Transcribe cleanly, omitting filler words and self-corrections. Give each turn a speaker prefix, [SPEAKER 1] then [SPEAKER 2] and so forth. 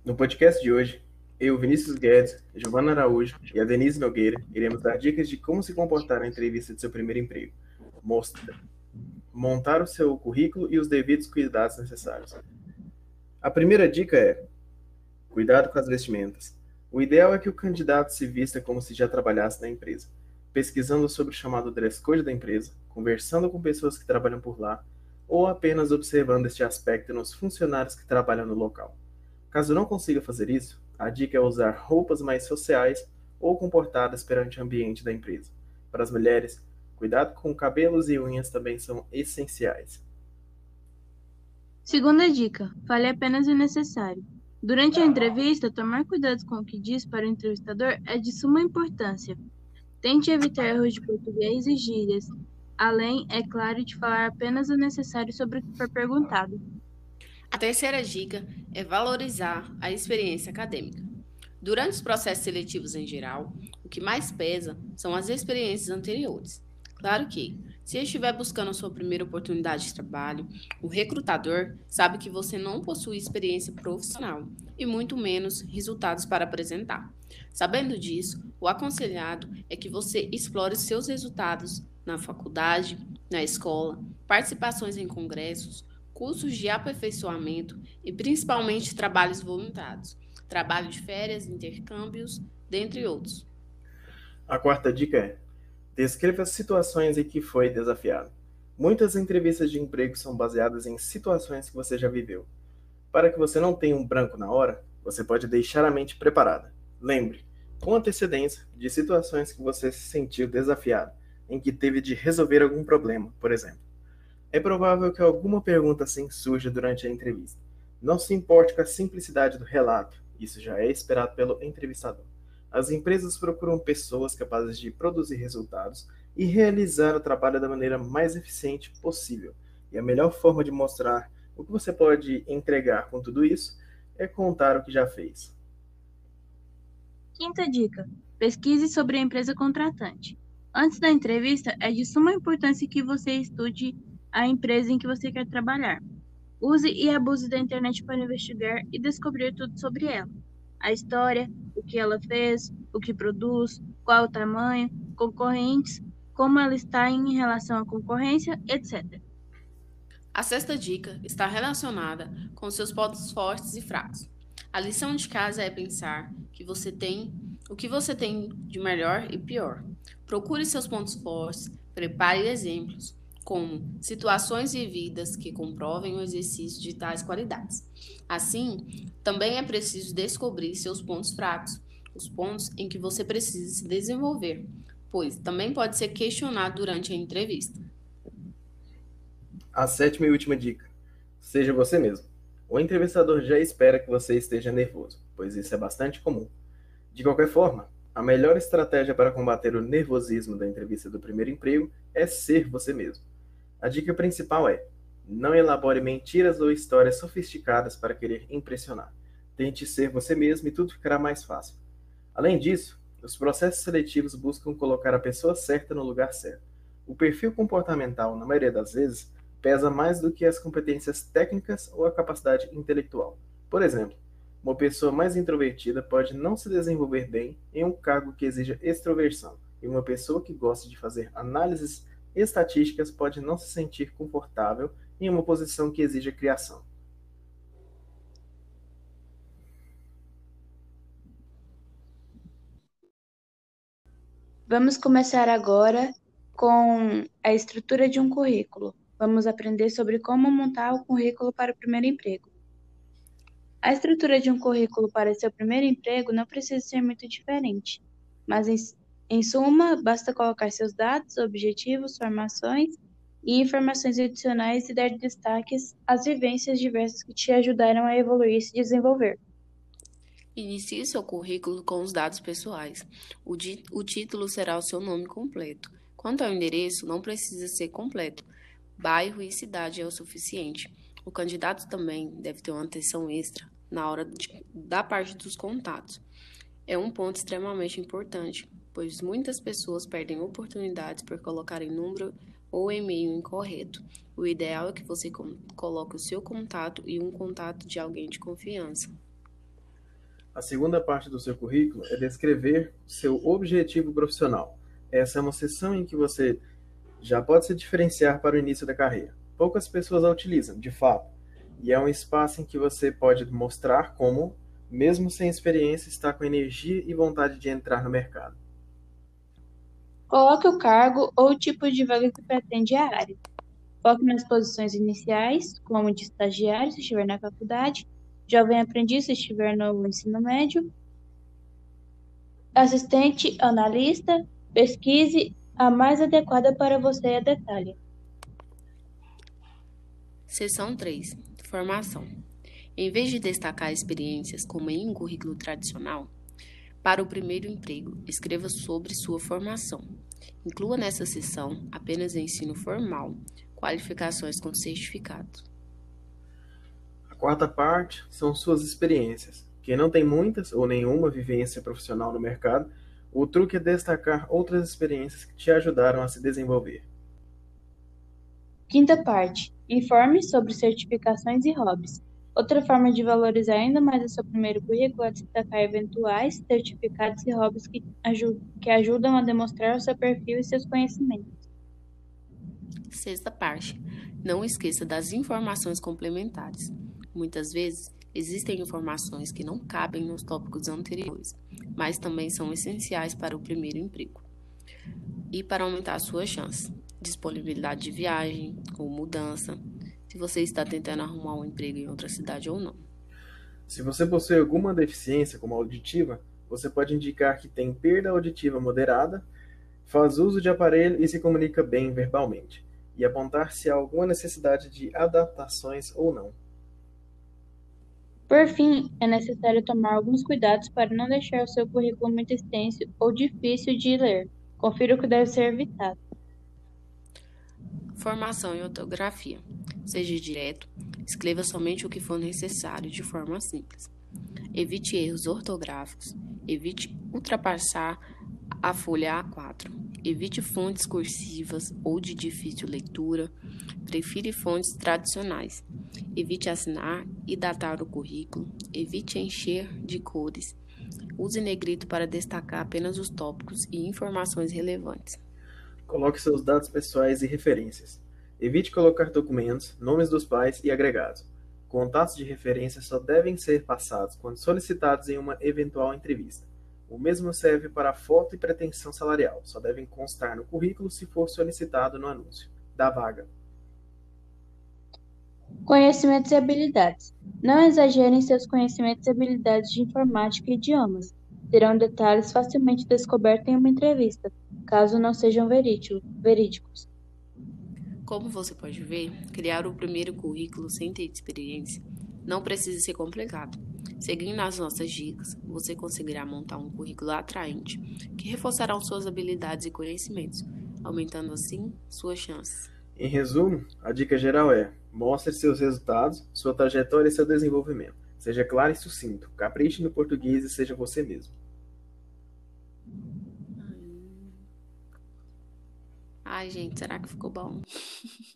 [SPEAKER 1] No podcast de hoje, eu, Vinícius Guedes, Giovana Araújo e a Denise Nogueira iremos dar dicas de como se comportar na entrevista de seu primeiro emprego, mostra, montar o seu currículo e os devidos cuidados necessários. A primeira dica é: cuidado com as vestimentas. O ideal é que o candidato se vista como se já trabalhasse na empresa, pesquisando sobre o chamado dress code da empresa, conversando com pessoas que trabalham por lá, ou apenas observando este aspecto nos funcionários que trabalham no local. Caso não consiga fazer isso, a dica é usar roupas mais sociais ou comportadas perante o ambiente da empresa. Para as mulheres, cuidado com cabelos e unhas também são essenciais.
[SPEAKER 2] Segunda dica: fale apenas o necessário. Durante a entrevista, tomar cuidado com o que diz para o entrevistador é de suma importância. Tente evitar erros de português e gírias, além, é claro, de falar apenas o necessário sobre o que for perguntado.
[SPEAKER 3] A terceira dica é valorizar a experiência acadêmica. Durante os processos seletivos em geral, o que mais pesa são as experiências anteriores. Claro que, se estiver buscando a sua primeira oportunidade de trabalho, o recrutador sabe que você não possui experiência profissional e muito menos resultados para apresentar. Sabendo disso, o aconselhado é que você explore seus resultados na faculdade, na escola, participações em congressos, cursos de aperfeiçoamento e principalmente trabalhos voluntários, trabalho de férias, intercâmbios, dentre outros.
[SPEAKER 1] A quarta dica é: descreva as situações em que foi desafiado. Muitas entrevistas de emprego são baseadas em situações que você já viveu. Para que você não tenha um branco na hora, você pode deixar a mente preparada. Lembre, com antecedência, de situações que você se sentiu desafiado, em que teve de resolver algum problema, por exemplo. É provável que alguma pergunta assim surja durante a entrevista. Não se importe com a simplicidade do relato, isso já é esperado pelo entrevistador. As empresas procuram pessoas capazes de produzir resultados e realizar o trabalho da maneira mais eficiente possível. E a melhor forma de mostrar o que você pode entregar com tudo isso é contar o que já fez.
[SPEAKER 2] Quinta dica: pesquise sobre a empresa contratante. Antes da entrevista, é de suma importância que você estude a empresa em que você quer trabalhar. Use e abuse da internet para investigar e descobrir tudo sobre ela. A história, o que ela fez, o que produz, qual o tamanho, concorrentes, como ela está em relação à concorrência, etc.
[SPEAKER 3] A sexta dica está relacionada com seus pontos fortes e fracos. A lição de casa é pensar que você tem o que você tem de melhor e pior. Procure seus pontos fortes, prepare exemplos, como situações vividas que comprovem o exercício de tais qualidades. Assim, também é preciso descobrir seus pontos fracos, os pontos em que você precisa se desenvolver, pois também pode ser questionado durante a entrevista.
[SPEAKER 1] A sétima e última dica: seja você mesmo. O entrevistador já espera que você esteja nervoso, pois isso é bastante comum. De qualquer forma, a melhor estratégia para combater o nervosismo da entrevista do primeiro emprego é ser você mesmo. A dica principal é: não elabore mentiras ou histórias sofisticadas para querer impressionar. Tente ser você mesmo e tudo ficará mais fácil. Além disso, os processos seletivos buscam colocar a pessoa certa no lugar certo. O perfil comportamental, na maioria das vezes, pesa mais do que as competências técnicas ou a capacidade intelectual. Por exemplo, uma pessoa mais introvertida pode não se desenvolver bem em um cargo que exija extroversão, e uma pessoa que gosta de fazer análises estatísticas pode não se sentir confortável em uma posição que exija criação.
[SPEAKER 2] Vamos começar agora com a estrutura de um currículo. Vamos aprender sobre como montar o currículo para o primeiro emprego. A estrutura de um currículo para seu primeiro emprego não precisa ser muito diferente, mas em suma, basta colocar seus dados, objetivos, formações e informações adicionais e dar destaques às vivências diversas que te ajudaram a evoluir e se desenvolver.
[SPEAKER 3] Inicie seu currículo com os dados pessoais. O título será o seu nome completo. Quanto ao endereço, não precisa ser completo. Bairro e cidade é o suficiente. O candidato também deve ter uma atenção extra na hora da parte dos contatos. É um ponto extremamente importante, pois muitas pessoas perdem oportunidades por colocarem número ou e-mail incorreto. O ideal é que você coloque o seu contato e um contato de alguém de confiança.
[SPEAKER 1] A segunda parte do seu currículo é descrever seu objetivo profissional. Essa é uma seção em que você já pode se diferenciar para o início da carreira. Poucas pessoas a utilizam, de fato, e é um espaço em que você pode mostrar como, mesmo sem experiência, está com energia e vontade de entrar no mercado.
[SPEAKER 2] Coloque o cargo ou o tipo de vaga que pretende a área. Foque nas posições iniciais, como de estagiário, se estiver na faculdade, jovem aprendiz, se estiver no ensino médio, assistente, analista, pesquise a mais adequada para você a detalhe.
[SPEAKER 3] Seção 3. Formação. Em vez de destacar experiências como em um currículo tradicional, para o primeiro emprego, escreva sobre sua formação. Inclua nessa seção apenas ensino formal, qualificações com certificado.
[SPEAKER 1] A quarta parte são suas experiências. Quem não tem muitas ou nenhuma vivência profissional no mercado, o truque é destacar outras experiências que te ajudaram a se desenvolver.
[SPEAKER 2] Quinta parte. Informe sobre certificações e hobbies. Outra forma de valorizar ainda mais o seu primeiro currículo é destacar eventuais certificados e hobbies que ajudam a demonstrar o seu perfil e seus conhecimentos.
[SPEAKER 3] Sexta parte. Não esqueça das informações complementares. Muitas vezes, existem informações que não cabem nos tópicos anteriores, mas também são essenciais para o primeiro emprego. E para aumentar a sua chance. Disponibilidade de viagem ou mudança, se você está tentando arrumar um emprego em outra cidade ou não.
[SPEAKER 1] Se você possui alguma deficiência, como auditiva, você pode indicar que tem perda auditiva moderada, faz uso de aparelho e se comunica bem verbalmente, e apontar se há alguma necessidade de adaptações ou não.
[SPEAKER 2] Por fim, é necessário tomar alguns cuidados para não deixar o seu currículo muito extenso ou difícil de ler. Confira o que deve ser evitado.
[SPEAKER 3] Formação em ortografia. Seja direto, escreva somente o que for necessário de forma simples. Evite erros ortográficos, evite ultrapassar a folha A4, evite fontes cursivas ou de difícil leitura, prefira fontes tradicionais, evite assinar e datar o currículo, evite encher de cores, use negrito para destacar apenas os tópicos e informações relevantes.
[SPEAKER 1] Coloque seus dados pessoais e referências. Evite colocar documentos, nomes dos pais e agregados. Contatos de referência só devem ser passados quando solicitados em uma eventual entrevista. O mesmo serve para a foto e pretensão salarial, só devem constar no currículo se for solicitado no anúncio da vaga.
[SPEAKER 2] Conhecimentos e habilidades. Não exagere em seus conhecimentos e habilidades de informática e idiomas. Terão detalhes facilmente descobertos em uma entrevista, caso não sejam verídicos.
[SPEAKER 3] Como você pode ver, criar o primeiro currículo sem ter experiência não precisa ser complicado. Seguindo as nossas dicas, você conseguirá montar um currículo atraente que reforçará suas habilidades e conhecimentos, aumentando assim suas chances.
[SPEAKER 1] Em resumo, a dica geral é: mostre seus resultados, sua trajetória e seu desenvolvimento. Seja claro e sucinto, capriche no português e seja você mesmo.
[SPEAKER 3] Ai, gente, será que ficou bom?